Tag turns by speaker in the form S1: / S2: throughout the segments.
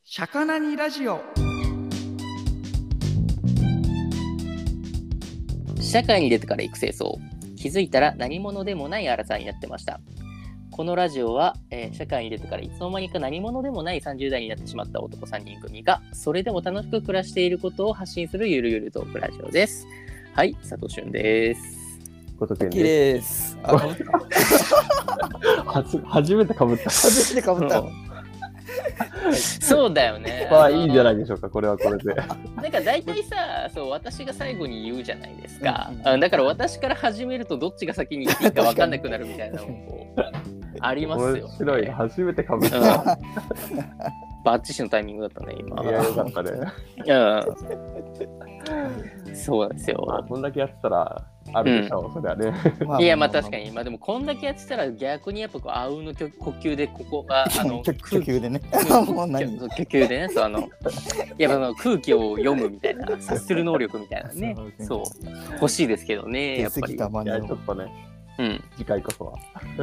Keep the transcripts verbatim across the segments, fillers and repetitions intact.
S1: シャカナニラジオ。
S2: 社会に出てから育成層、気づいたら何者でもないアラサーになってました。このラジオは、えー、社会に出てからいつの間にか何者でもないさんじゅう代になってしまった男さんにん組がそれでも楽しく暮らしていることを発信するゆるゆるトークラジオです。はい、佐藤俊です。
S3: ことけん
S1: です。あ
S3: 初初めてかぶった。
S1: 初めてかぶった。
S2: そうだよね。
S3: まあいいんじゃないでしょうか。これはこれで。
S2: なんか大体さ、そう私が最後に言うじゃないですか。うん、だから私から始めるとどっちが先に言っていいか分かんなくなるみたいなのもありますよ、ね。
S3: 面白い。初めてかぶった。うん、
S2: バッチシのタイミングだったね今。
S3: いやよかったね。
S2: うん。そうなんですよ。
S3: まあ、こんだけやってたら。あるでしょう、うん、それはね。
S2: いやまあ確かに、まあでもこんだけやってたら逆にやっぱこうあうんの呼吸でここがあの
S1: 呼吸でね。
S2: もう何？呼吸でね、そうあのやっぱあの空気を読むみたいな察する能力みたいなね、そう欲しいですけどねやっぱり。いや
S3: ちょっとね、うん、次回こそは。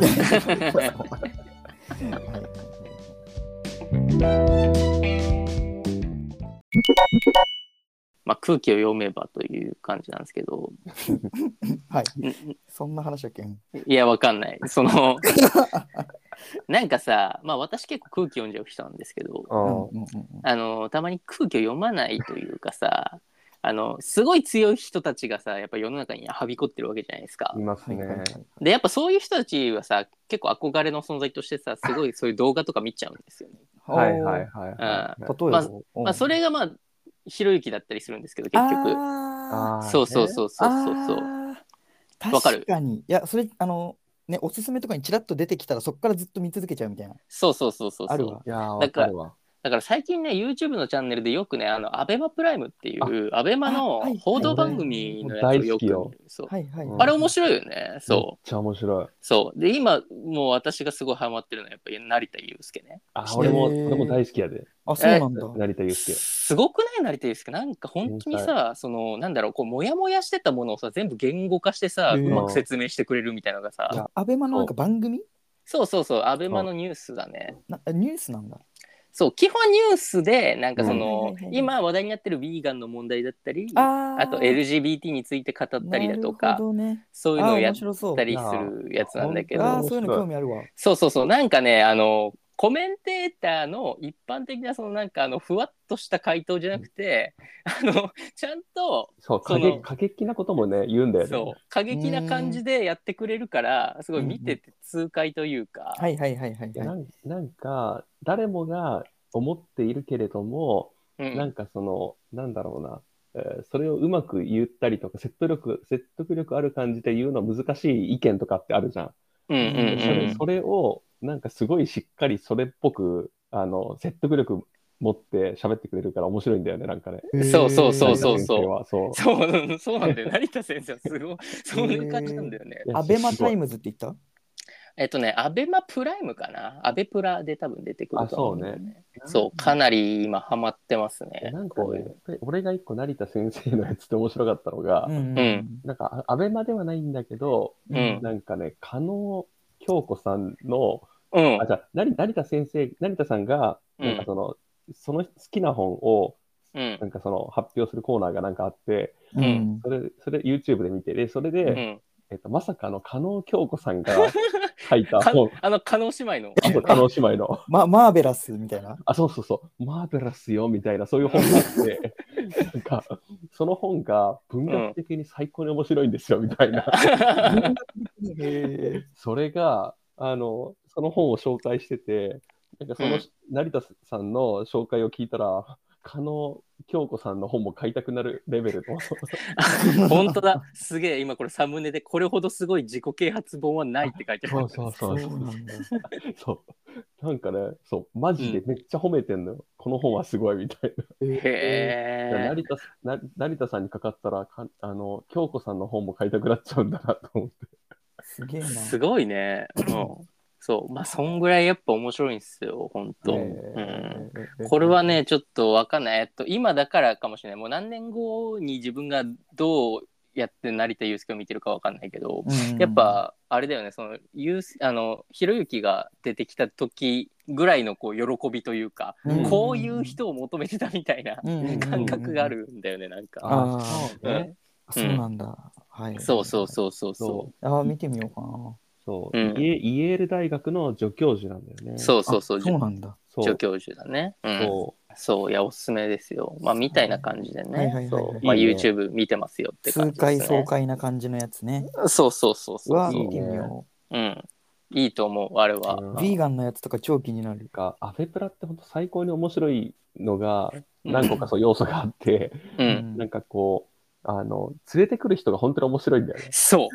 S2: まあ、空気を読めばという感じなんですけど
S1: はいそんな話だっけ。
S2: いやわかんないそのなんかさ、まあ私結構空気読んじゃう人なんですけど、あのたまに空気を読まないというかさ、あのすごい強い人たちがさやっぱ世の中にはびこってるわけじゃないですか。
S3: いますね。
S2: でやっぱそういう人たちはさ結構憧れの存在としてさすごいそういう動画とか見ちゃうんですよね。
S3: はいはいはい、
S1: はい。例えば、
S2: まあ、まあそれがまあひろゆきだったりするんですけど結局あそうそうそうそうそうそうわかる。
S1: 確かに。いやそれあのねおすすめとかにチラッと出てきたらそこからずっと見続けちゃうみたいな。
S2: そうそうそうそうそう
S1: あるわ。
S3: いやわかるわ。
S2: だから最近ね YouTube のチャンネルでよくねあのアベマプライムっていうアベマの報道番組のやつをよく見る。そう、はいはい、あれ面白いよね。そう。め
S3: っちゃ面白い。
S2: そうで今もう私がすごいハマってるのはやっぱり成田悠輔ね。
S3: あ俺も俺も大好きやで。
S1: あそうなんだ。
S3: 成田悠輔。
S2: すごくない成田悠輔なんか本当にさそのなんだろうこうモヤモヤしてたものをさ全部言語化してさうまく説明してくれるみたいなのがさ。
S1: アベマのなんか番組？
S2: そうそうそうアベマのニュースだね。
S1: なニュースなんだ。
S2: そう基本ニュースでなんかその、うん、今話題になってるヴィーガンの問題だったり あ, あと エルジービーティー について語ったりだとか、ね、そういうのをやったりするやつなんだけど
S1: あそういうの興味あるわ。
S2: そうそうそうなんかねあのコメンテーターの一般的なそのなんかあのふわっとした回答じゃなくて、うん、あのちゃんと
S3: そう過激過激なこともね言うんだよね。
S2: そう過激な感じでやってくれるからすごい見てて痛快というか、
S1: はいはいはいはいはい。
S3: なんなんか誰もが思っているけれども、うん、なんかそのなんだろうな、えー、それをうまく言ったりとか説得力説得力ある感じで言うの難しい意見とかってあるじゃん。
S2: うんうんうん、
S3: それそれをなんかすごいしっかりそれっぽくあの説得力持って喋ってくれるから面白いんだよねなんかね。
S2: そうそうそうそう
S3: そう
S2: そうそうそうなんだよ成田先生はすごいそういう感じなんだよね。
S1: アベマタイムズって言った？
S2: えっとねアベマプライムかなアベプラで多分出てくると思うんだよね。
S3: あ
S2: そうねそうかなり今ハマってますね。
S3: なんかね俺が一個成田先生のやつって面白かったのが、うんうん、なんかアベマではないんだけど、うん、なんかね加納京子さんのうん、あじゃあ成田先生成田さんがなんかその、うん、その好きな本を、うん、なんかその発表するコーナーがなんかあって、うん、それそれ YouTube で見てでそれで、うんえっと、まさかの加納京子さんが書いた本
S2: あの加納姉妹の
S3: あそう加納姉妹の
S1: まマーベラスみたいな
S3: あそうそうそうマーベラスよみたいなそういう本があってなんかその本が文学的に最高に面白いんですよ、うん、みたいなそれがあのその本を紹介しててなんかその、うん、成田さんの紹介を聞いたら加納京子さんの本も買いたくなるレベル
S2: の本当だすげえ今これサムネでこれほどすごい自己啓発本はないって書いてある。
S3: そうそうそうそうなんだそうなんかねそうマジでめっちゃ褒めてんのよ、うん、この本はすごいみたいな。へえ成田な成田さんにかかったらかあの京子さんの本も買いたくなっちゃうんだなと思って。
S1: すげえな
S2: すごいね、うんそうまあそんぐらいやっぱ面白いんですよ本当、えーうん、これはねちょっとわかんない、えっと、今だからかもしれないもう何年後に自分がどうやって成田悠輔を見てるかわかんないけど、うん、やっぱあれだよねそのあのひろゆきが出てきた時ぐらいのこう喜びというか、
S1: うん、
S2: こういう人を求めてたみたいな感覚があるんだよね、なんか。
S1: ああ、
S2: そうね。
S1: そうなんだ。はい。
S2: そうそうそうそうそう。
S1: ああ、見てみようかな。
S3: そう、うん、イエール大学の助教授なんだよね。
S2: そうそうそう。
S1: そうなんだ。
S2: 助教授だね。うん、そう。そう、いや、おすすめですよ。まあ、みたいな感じでね。そう。まあ、YouTube 見てますよって感じですね。
S1: 痛快爽快な感じのやつね。
S2: そうそうそうそう。
S1: うわ、見てみよ
S2: う。うん。いいと思う、あれは。
S1: ヴィーガンのやつとか超気になる。
S3: か、アフェプラって本当最高に面白いのが、何個かそう要素があって、うん、なんかこう、あの、連れてくる人が本当に面白いんだよね。
S2: そう。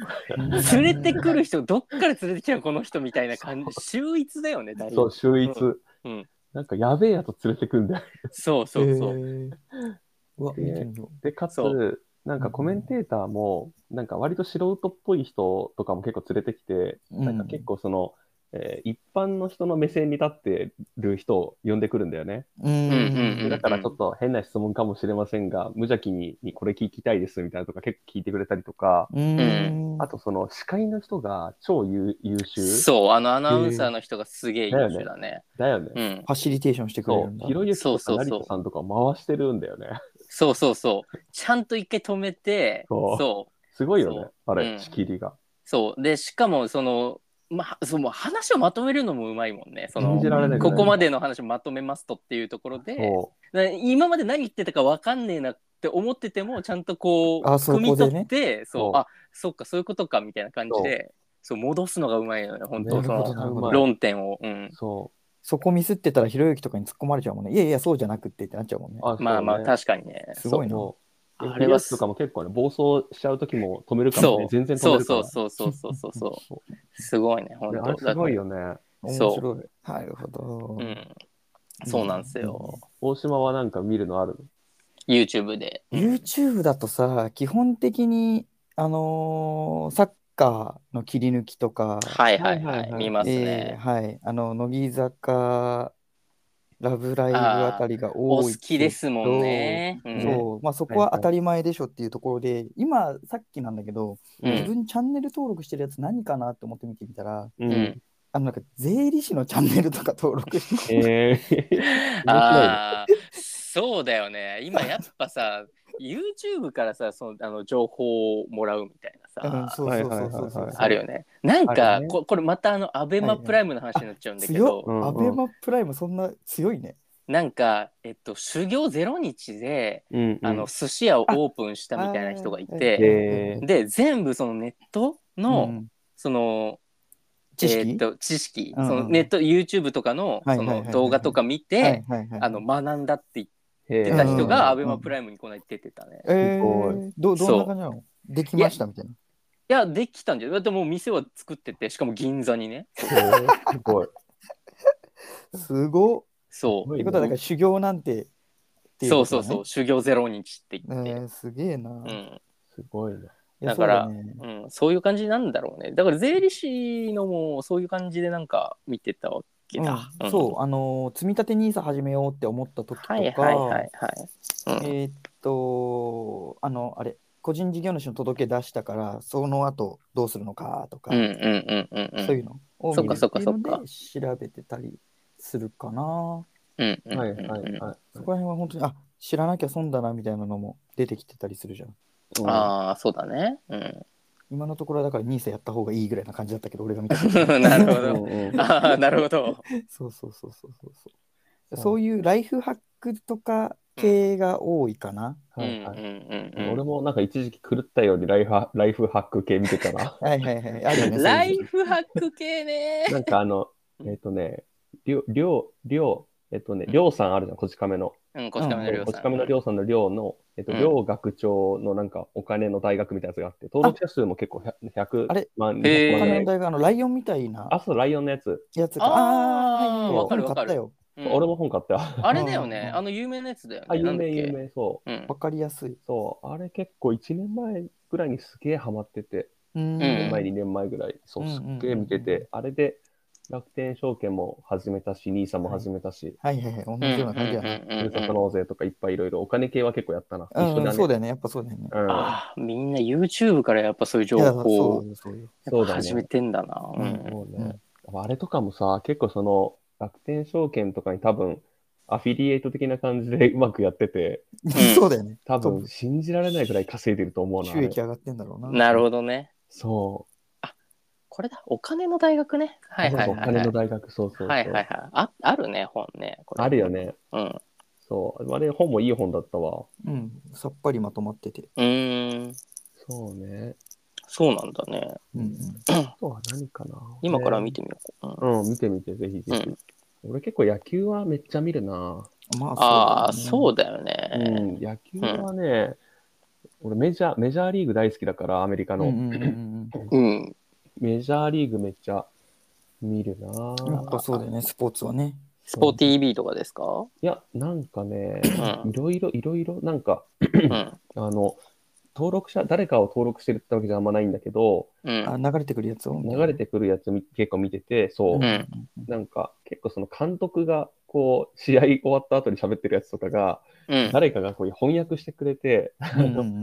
S2: 連れてくる人、どっから連れてきちゃうこの人みたいな感じ。秀逸だよね、
S3: 大体。そう、秀逸。うんうん、なんかやべえやつ連れてくんだよ。
S2: そうそうそう。えー、
S1: うわ、見てみよ
S3: う。で、かつ、なんかコメンテーターも、なんか割と素人っぽい人とかも結構連れてきて、うん、なんか結構その、えー、一般の人の目線に立ってる人を呼んでくるんだよね。うんだからちょっと変な質問かもしれませんが、無邪気にこれ聞きたいですみたいなとか結構聞いてくれたりとか、うんあとその司会の人が超優秀。
S2: そう、あのアナウンサーの人がすげえ優秀だね。
S3: だよね。
S1: だよね、うん。ファシリテーションしてくれるんだ。
S3: ひろゆきとか成田さんとか回してるんだよね。
S2: そうそうそう。ちゃんと一回止めて、そう。そう
S3: すごいよね、あれ、うん、仕切りが。
S2: そう。で、しかもその、まあ、その話をまとめるのもうまいもんね。そのここまでの話をまとめますとっていうところで、今まで何言ってたか分かんねえなって思ってても、ちゃんとこう、汲み取って、ね、そう、あ、そっか、そういうことかみたいな感じで、そう戻すのがうまいのよ、本当その論点を。うん、
S1: そう。そこミスってたらひろゆきとかに突っ込まれちゃうもんね。いやいや、そうじゃなくってってなっちゃうもんね。
S2: あねまあまあ、確かにね。
S1: すごいな。
S3: あれはとかも結構ね、暴走しちゃうときも止めるからね、全然止めるから。
S2: そうそうそうそうそうそう。すごいね、本当。
S3: あれすごいよね。
S1: 面白い。なるほど。
S2: うん。そうなんですよ。
S3: 大島はなんか見るのあるの？
S2: YouTube で。
S1: YouTube だとさ、基本的に、あのー、サッカーの切り抜きとか、
S2: はいはいはい、見ますね。
S1: えー、はい。あの、乃木坂、ラブライブあたりが多い。
S2: お好きですもんね。
S1: うん、そう。まあそこは当たり前でしょっていうところで、はいはい、今、さっきなんだけど、うん、自分チャンネル登録してるやつ何かなって思って見てみたら、うん、あのなんか税理士のチャンネルとか登録して、
S2: えー、あそうだよね。今やっぱさ、YouTube からさ、そのあの情報をもらうみたいなさ、あるよね。なんか、ね、こ, これまたあのアベマプライムの話になっちゃうんだけど、
S1: はいはい、アベマプライムそんな強いね。
S2: なんか、えっと、修行ゼロ日で、うんうん、あの寿司屋をオープンしたみたいな人がいて、で、全部そのネットの、うん、その、
S1: 知識、
S2: えー、と知識、うんうん、そのネット YouTube とかのその動画とか見て学んだって言ってた人がアベマプライムにこの間出てたね。
S1: えー、ど, どんな感じなの？できましたみたいな。い
S2: や、できたんじゃない？だってもう店は作ってて、しかも銀座にね。
S3: すごい。
S1: すごっ。
S2: そう。
S1: ってことはだから修行なんて
S2: っていうこと、ね、そうそうそう、修行ゼロ日って言って。
S1: えー、すげえな。うん。
S3: すごいな。
S2: だから、そう、ね、うん、そういう感じなんだろうね。だから税理士のもそういう感じでなんか見てたわけだ。
S1: うんうん、そう、あのー、積み立て ニーサ 始めようって思った時とか、はいはいはいはい。うん、えー、っと、あの、あれ、個人事業主の届け出したから、その後どうするのかとか、そういうのを見るっていうので調べてたりするかな。
S2: うんうん、
S3: はいはいはい。
S1: そこら辺は本当に、あ、知らなきゃ損だなみたいなのも出てきてたりするじゃん。
S2: うん、ああ、そうだね。うん。
S1: 今のところだからニーサやった方がいいぐらいな感じだったけど、俺が見た
S2: なるほど。ああ、なるほど。
S1: そうそうそうそうそうそう。そういうライフハックとか系が多いかな。
S3: はいはい。俺もなんか一時期狂ったようにライフライフハック系見てたな。
S1: はいはいはい。あるね、
S2: ライフハック系ね。
S3: なんかあの、えっ、ー、とね、りょ、りょう、りょう、えっとね、りょうさんあるじゃん、こち亀の。
S2: うん、こち亀のりょうさん。
S3: こち亀のりょうさんのりょうの、えっと、りょう学長のなんかお金の大学みたいなやつがあって、登録者数も結構ひゃくまん、
S1: あれ、お金の大学、あの、ライオンみたいな。
S3: あ、そう、ライオンのやつ。
S1: やつか。
S2: ああ、わかるわかる。
S3: 俺も本買ったよ。
S2: あれだよね、あの有名なやつだよね。
S3: あ、有名有名、そう。
S1: わかりやすい。
S3: そう、あれ結構いちねんまえぐらいにすげえハマってて、いちねんまえ、にねんまえぐらい、そう、すっげえ見てて、あれで、楽天証券も始めたし、ニーサも始めたし、
S1: はいはいはい、同じような感じやな。
S3: ふるさと納税とかいっぱいいろいろ、お金系は結構やったな。
S1: 一緒だね。そうだよね、やっぱそうだよね。
S2: ああ、みんな YouTube からやっぱそういう情報を始めてんだな。
S3: あれとかもさ、結構その、 楽天証券とかに多分、アフィリエイト的な感じでうまくやってて、
S1: そうだよね。
S3: 多分信じられないくらい稼いでると思うな。
S1: 収益上がってんだろうな。
S2: なるほどね。
S3: そう。
S2: あ、これだ。お金の大学ね。はいはいはい、はい。
S3: お金の大学、そうそうそう。
S2: はいはいはい。あ、あるね、本ね。これ
S3: あるよね。
S2: うん。
S3: そう。あれ、本もいい本だったわ。
S1: うん。さっぱりまとまってて。
S2: うーん。
S3: そうね。
S2: そうなんだね。
S1: うんうん。
S3: あとは何かな。
S2: 今から見てみようか。
S3: うん、うん、見てみて、ぜひぜひ。うん、俺結構野球はめっちゃ見るな。
S1: まあ、
S2: ああ、そうだよね。
S3: うん、野球はね、うん、俺メジャー、メジャーリーグ大好きだから、アメリカの。うんうんうんうん、メジャーリーグめっちゃ見るな。
S1: やっぱそうだよね、スポーツはね。
S2: スポ ティービー とかですか？
S3: いや、なんかね、いろいろ、いろいろ、なんか、
S2: うん、あ
S3: の、登録者、誰かを登録してるってわけじゃあんまないんだけど、
S2: うん、
S1: あ、流れてくるやつを
S3: 流れてくるやつ結構見てて、そう、うん、なんか結構その監督がこう試合終わった後に喋ってるやつとかが、うん、誰かがこう翻訳してくれて、
S2: うん、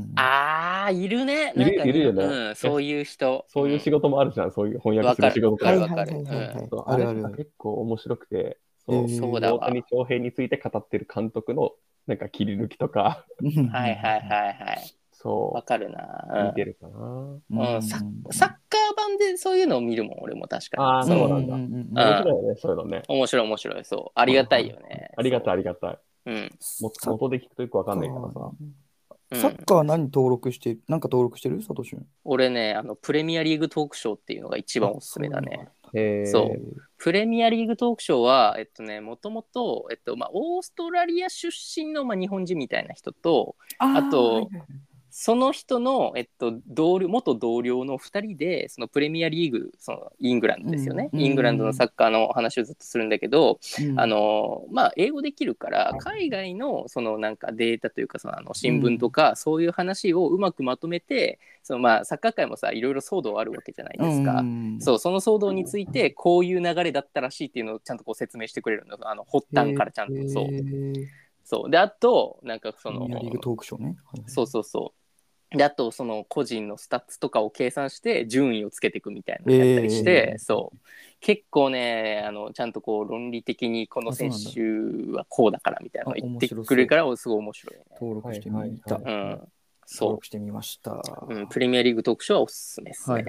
S2: ああ、いるね。
S3: いる、いるよね、
S2: うん、そういう人。
S3: そういう仕事もあるじゃん、そういう翻訳する仕事とか。
S2: わかる。
S3: あれが結構面白くて、そう、そうだわ。大谷翔平について語ってる監督のなんか切り抜きとか。
S2: はいはいはいはい。そう。わかるな。
S3: 見てるかな。
S2: うん、サッカー版でそういうのを見るもん、俺も確かに。
S3: ああ、そうなんだ。面白いよね、そういうのね。
S2: 面白い面白い、そう。ありがたいよね。
S3: ありがたいありがたい。
S2: うん。
S3: 元で聞くとよくわかんないからさ。
S1: サッカーは何登録して、なんか登録してる？サトシ。
S2: 俺ね、あの、プレミアリーグトークショーっていうのが一番おすすめだね。そう。プレミアリーグトークショーは、えっとね、もともと、えっと、まあ、オーストラリア出身の、まあ、日本人みたいな人と、あと、その人の、えっと、同僚元同僚のふたりでそのプレミアリーグ、そのイングランドですよね、うん、イングランドのサッカーの話をずっとするんだけど、うん、あのまあ、英語できるから海外のそのなんかデータというかそのあの新聞とかそういう話をうまくまとめて、そのまあサッカー界もさいろいろ騒動あるわけじゃないですか、うん、そうその騒動についてこういう流れだったらしいっていうのをちゃんとこう説明してくれるの、あの発端からちゃんとそうそうで、あとなんかその
S1: リーグトークショーね、
S2: そうそうそうで、あとその個人のスタッツとかを計算して順位をつけていくみたいなのをやったりして、えー、そう結構ねあのちゃんとこう論理的にこの選手はこうだからみたいなのを言ってくれるからすごい面白いね。
S1: 登録してみた、はいはいはい、うん、そう登録してみました、
S2: うん、プレミアリーグ特集はおすすめですね。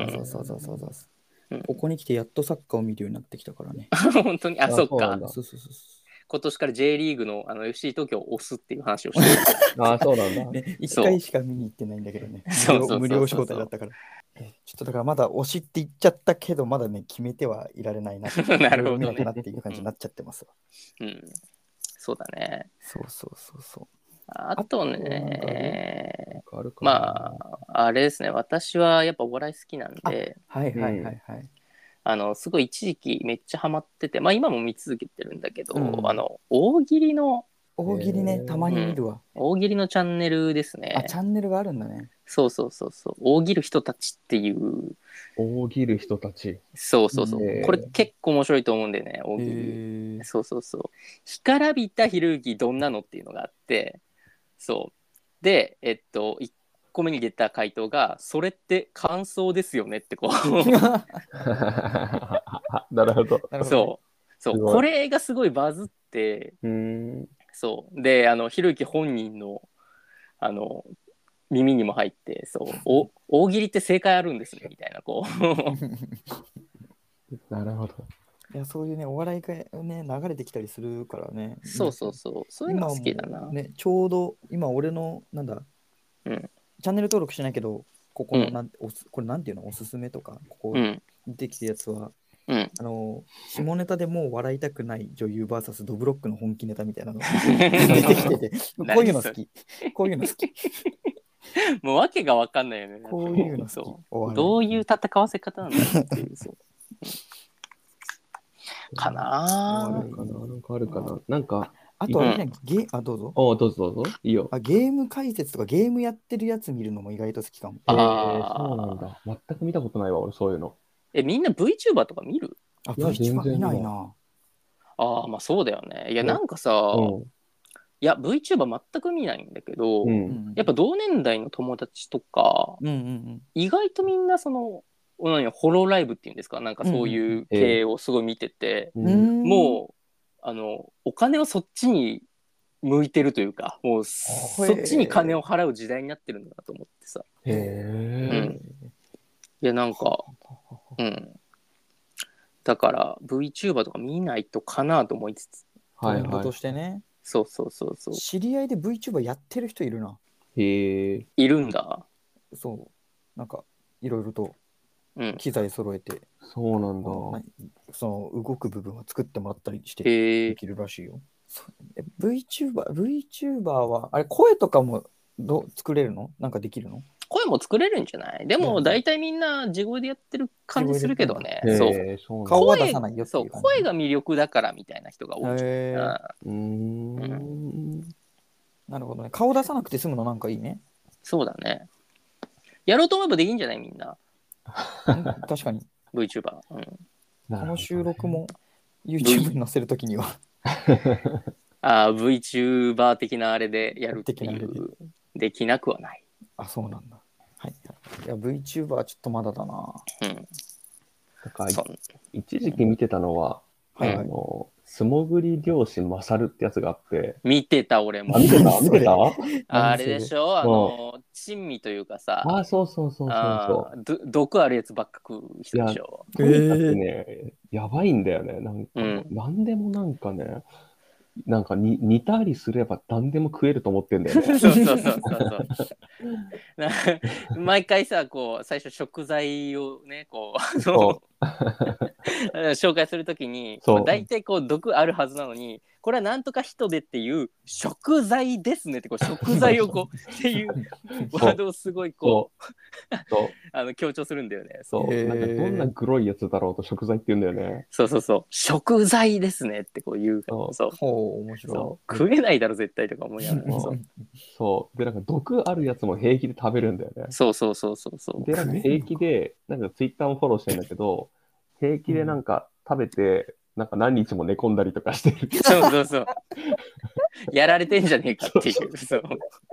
S1: ここに来てやっとサッカーを見るようになってきたからね。
S2: 本当にあそっかそうそうそう今年から J リーグ の, あの エフシー 東京を押すっていう話をして
S3: るああそうなんだ、
S1: ね、いっかいしか見に行ってないんだけどね、無料招待だったからちょっとだからまだ推しって言っちゃったけどまだね決めてはいられないな
S2: なるほど、ね、
S1: 見なきゃなっていう感じになっちゃってますわ、
S2: うん、うん、そうだね
S1: そうそうそうそう
S2: あとねまああれですね私はやっぱお笑い好きなんで
S1: はいはいはいはい、うん
S2: あのすごい一時期めっちゃハマってて、まあ、今も見続けてるんだけど、うん、あの大喜利の
S1: 大喜利ねたまに見るわ、
S2: うん、大喜利のチャンネルですね。
S1: あチャンネルがあるんだね。
S2: そうそうそうそう大喜る人たちっていう
S3: 大喜る人たち
S2: そうそうそうこれ結構面白いと思うんでね大喜利そうそうそう干からびたひろゆきどんなのっていうのがあってそうでえっといっこめに出た回答がそれって感想ですよねってこう
S3: なるほど
S2: そうそうこれがすごいバズって
S3: うん
S2: そうであのひろゆき本人のあの耳にも入ってそうお大喜利って正解あるんですねみたいなこ
S3: うなるほど
S1: いやそういうねお笑いがね流れてきたりするからね
S2: そうそうそうそういうの好きだな、
S1: ね、ちょうど今俺のなんだ、
S2: うん、
S1: チャンネル登録しないけどここのなん、うん、おすこれなんていうのおすすめとかここ出てきたやつは、
S2: うん、
S1: あの下ネタでもう笑いたくない女優 ブイエス ドブロックの本気ネタみたいなのが出てきててこういうの好きこういうの好き
S2: もう訳が分かんないよね
S1: こういうの
S2: そうどういう戦わせ方なんだろうっていうそうかな
S3: あるかななんかあるかななんか
S1: あとはね、うん、ゲあどうぞ
S3: おどうぞどうぞいいよ
S1: あゲーム解説とかゲームやってるやつ見るのも意外と好きかも
S3: ああそうなんだ全く見たことないわ俺そういうの
S2: えみんな VTuber とか見る
S1: あ VTuber 見ないな
S2: ああまあそうだよねいやなんかさ、うん、いや VTuber 全く見ないんだけど、うん、やっぱ同年代の友達とか、
S1: うんうんうん、
S2: 意外とみんなその何ホロライブっていうんですか、なんかそういう系をすごい見てて、
S1: うん、
S2: もうあのお金をそっちに向いてるというか、もうそっちに金を払う時代になってるんだなと思ってさ。
S3: へえ、
S2: うん、いやなんか、うん、だから VTuber とか見ないとかなと思いつつ、
S1: トレンドとしてね。
S2: そうそうそうそう。
S1: 知り合いで VTuber やってる人いるな。
S3: へえ。
S2: いるんだ。
S1: そう。なんかいろいろと機材揃えて、うん、
S3: そうなんだ。
S1: その動く部分を作ってもらったりしてできるらしいよ。VTuber、VTuber はあれ声とかもど作れるの？なんかできるの？
S2: 声も作れるんじゃない？でも大体みんな地声でやってる感じするけどね。そう。
S1: 顔は出さないよっていう。
S2: そう、声が魅力だからみたいな人が多い。
S1: へー。うーん。なるほどね。顔出さなくて済むのなんかいいね。
S2: そうだね。やろうと思えばできんじゃないみんな。
S1: 確かに。
S2: VTuber。うん。
S1: この収録も YouTube に載せるときには
S2: ああ、VTuber 的なあれでやるっていうできなくはない。
S1: あ、そうなんだ。はい。いや VTuber はちょっとまだだな。
S2: うん。
S3: だから一時期見てたのは、うん、あの素潜り漁師マサルってやつがあって。
S2: 見てた俺も。
S3: あ、見てた見てた
S2: あれでしょ、あの珍味というかさ。
S3: あ、そうそうそうそう
S2: そう。毒あるやつばっか食う人でしょ。
S3: とにかくね、やばいんだよね。なんか、うん、なんでもなんかね。なんかに煮たりすれば何でも食えると思ってんだよね。
S2: そうそうそうそうそう毎回さ、こう最初食材をねこう紹介するときに、まあ、大体こう毒あるはずなのに、これはなんとか人でっていう食材ですねってこう食材をこうっていうワードをすごいこうあの強調するんだよね。
S3: そう。なんかどんなグロいやつだろうと食材って言うんだよね。
S2: そうそうそう。食材ですねってこう言うから。そう。
S1: ほう面白い。
S2: そう食えないだろ絶対とか思いながら。そう。
S3: そうでなんか毒あるやつも平気で食べるんだよね。
S2: そうそうそうそうそう。
S3: でなんか平気でなんかツイッターもフォローしてるんだけど、平気でなんか食べてなんか何日も寝込んだりとかしてる。
S2: そうそうそう。やられてんじゃねえかっていう。そう。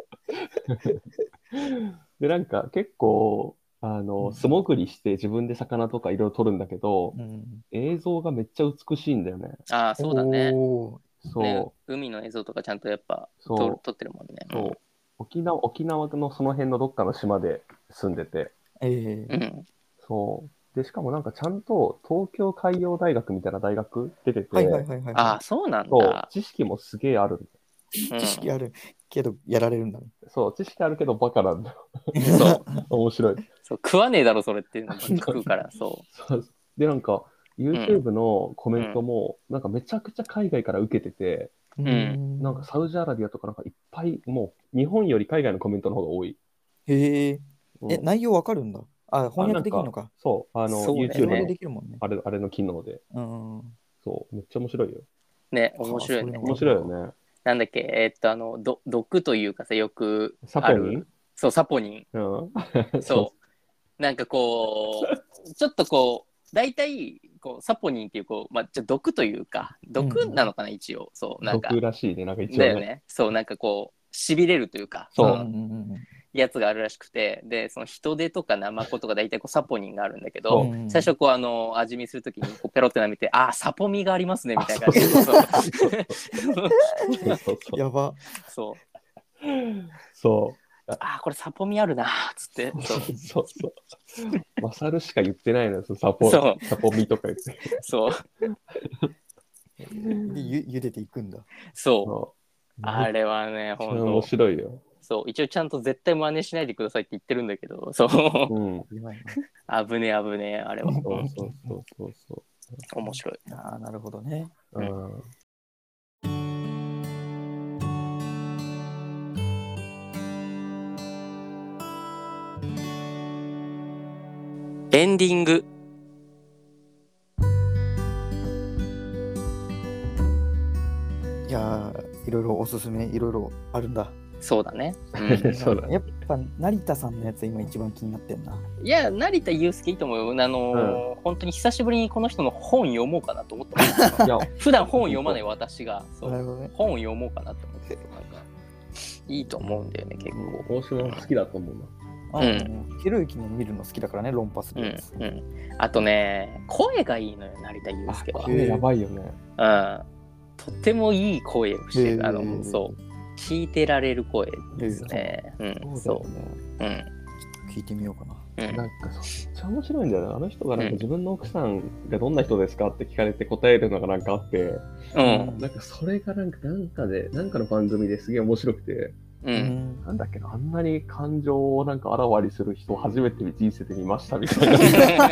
S3: でなんか結構あの素潜りして自分で魚とかいろいろ撮るんだけど、うん、映像がめっちゃ美しいんだよね。
S2: ああそうだね。
S3: そう、ね、
S2: 海の映像とかちゃんとやっぱ撮ってるもんね。
S3: そう、うん、沖縄沖縄のその辺のどっかの島で住んでて、
S1: えーうん、
S3: そうでしかもなんかちゃんと東京海洋大学みたいな大学出てて、
S1: はいはいはいはい、
S2: ああそうなんだ。
S3: そう知識もすげえある。
S1: 知識あるけどやられるんだね。
S3: そう知識あるけどバカなんだよ。そう面白い。
S2: そう食わねえだろそれっていうのも食うからそう
S3: そうでなんか YouTube のコメントも、うん、なんかめちゃくちゃ海外から受けてて、うん、なんかサウジアラビアとかなんかいっぱいもう日本より海外のコメントの方が多い。
S1: へえ、うん、え内容わかるんだ。あ翻訳できるのか。
S3: そうあの
S2: そう、ね、
S3: YouTube
S1: でできるもんね。
S3: あれあれの機能で、
S1: うん、
S3: そうめっちゃ面白いよ。
S2: ね面白いね。
S3: 面白いよね。
S2: なんだっけえー、っとあのど毒というかさよく
S3: サポニン。
S2: そうサポニ
S3: ン、うん、
S2: そうなんかこうちょっとこう大体こうサポニンっていうこうまあじゃ毒というか毒なのかな、うん、一応そうなんか
S3: 毒らしいねなんか一応ね。
S2: だよね。そうなんかこう痺れるというか
S3: そう、
S2: うん、やつがあるらしくて、でその人手とかナマコとか大体こうサポニンがあるんだけど、うん、最初こうあの味見するときにこうペロって舐めてあサポミがありますねみたいな感じで
S1: そうやば
S3: そうそう
S2: あこれサポミあるなっつって
S3: そうそうそうマサルしか言ってないのよサポサポミとか言って
S2: そう
S1: でゆ茹でていくんだ。
S2: そうあれはねほんと
S3: 面白いよ。
S2: そう一応ちゃんと絶対真似しないでくださいって言ってるんだけどそう、うん、危ねえ危ねえあれは。
S3: そうそうそうそうそう
S2: 面白い。
S1: ああなるほどね。
S3: うん、うん
S2: エンディング。
S1: いやいろいろおすすめいろいろあるんだ。
S2: そうだね。
S3: うん、そうだね。
S1: やっぱ成田さんのやつ今一番気になってんな。
S2: いや成田悠輔いいと思うよ。あのーうん、本当に久しぶりにこの人の本読もうかなと思ってますいや普段本読まない私がそう、ね、本読もうかなと思ってなんかいいと思うんだよね結構。
S3: 大島好きだと思うな。
S1: うん、ひろゆきも見るの好きだからね、論破するやつ、
S2: うんうん、あとね、声がいいのよ、成田悠輔は。
S3: 声やばいよね。
S2: うん、とってもいい声をしてる、あの、そう、聞いてられる声ですね。うん、そう。うん。
S1: 聞いてみようかな。
S3: うん、なんかめっちゃ面白いんだよね。あの人がなんか自分の奥さんがどんな人ですかって聞かれて答えるのがなんかあって、うん、なんかそれがなんかなんかで、なんかの番組ですげえ面白くて、うん、なんだっけな、あんなに感情をなんかあらわにする人を初めて人生で見ましたみたいな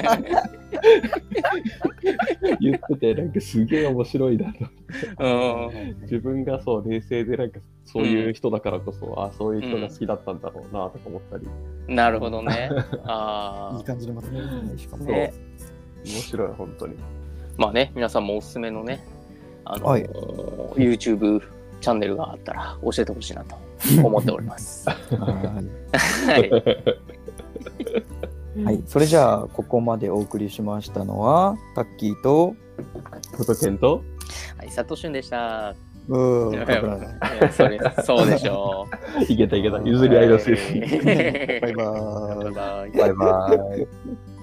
S3: 言ってて、なんかすげえ面白いなと思って、自分がそう冷静でなんかそういう人だからこそ、うん、あそういう人が好きだったんだろうなとか思ったり、
S2: うん、なるほどね。あ
S1: いい感じにまとめるね、しかも
S3: ね、面白い本当に。
S2: まあね、皆さんもおすすめのね、あの、はい、YouTube チャンネルがあったら教えてほしいなと思っております。はい。
S1: はい、それじゃあここまでお送りしましたのはタッキーと
S3: コトケンと、
S2: はい、佐藤俊でした。
S1: うーん、
S2: それそうでしょ
S3: う。いけたいけた、譲り合いだし。
S1: バイバーイ。
S3: バイバーイ。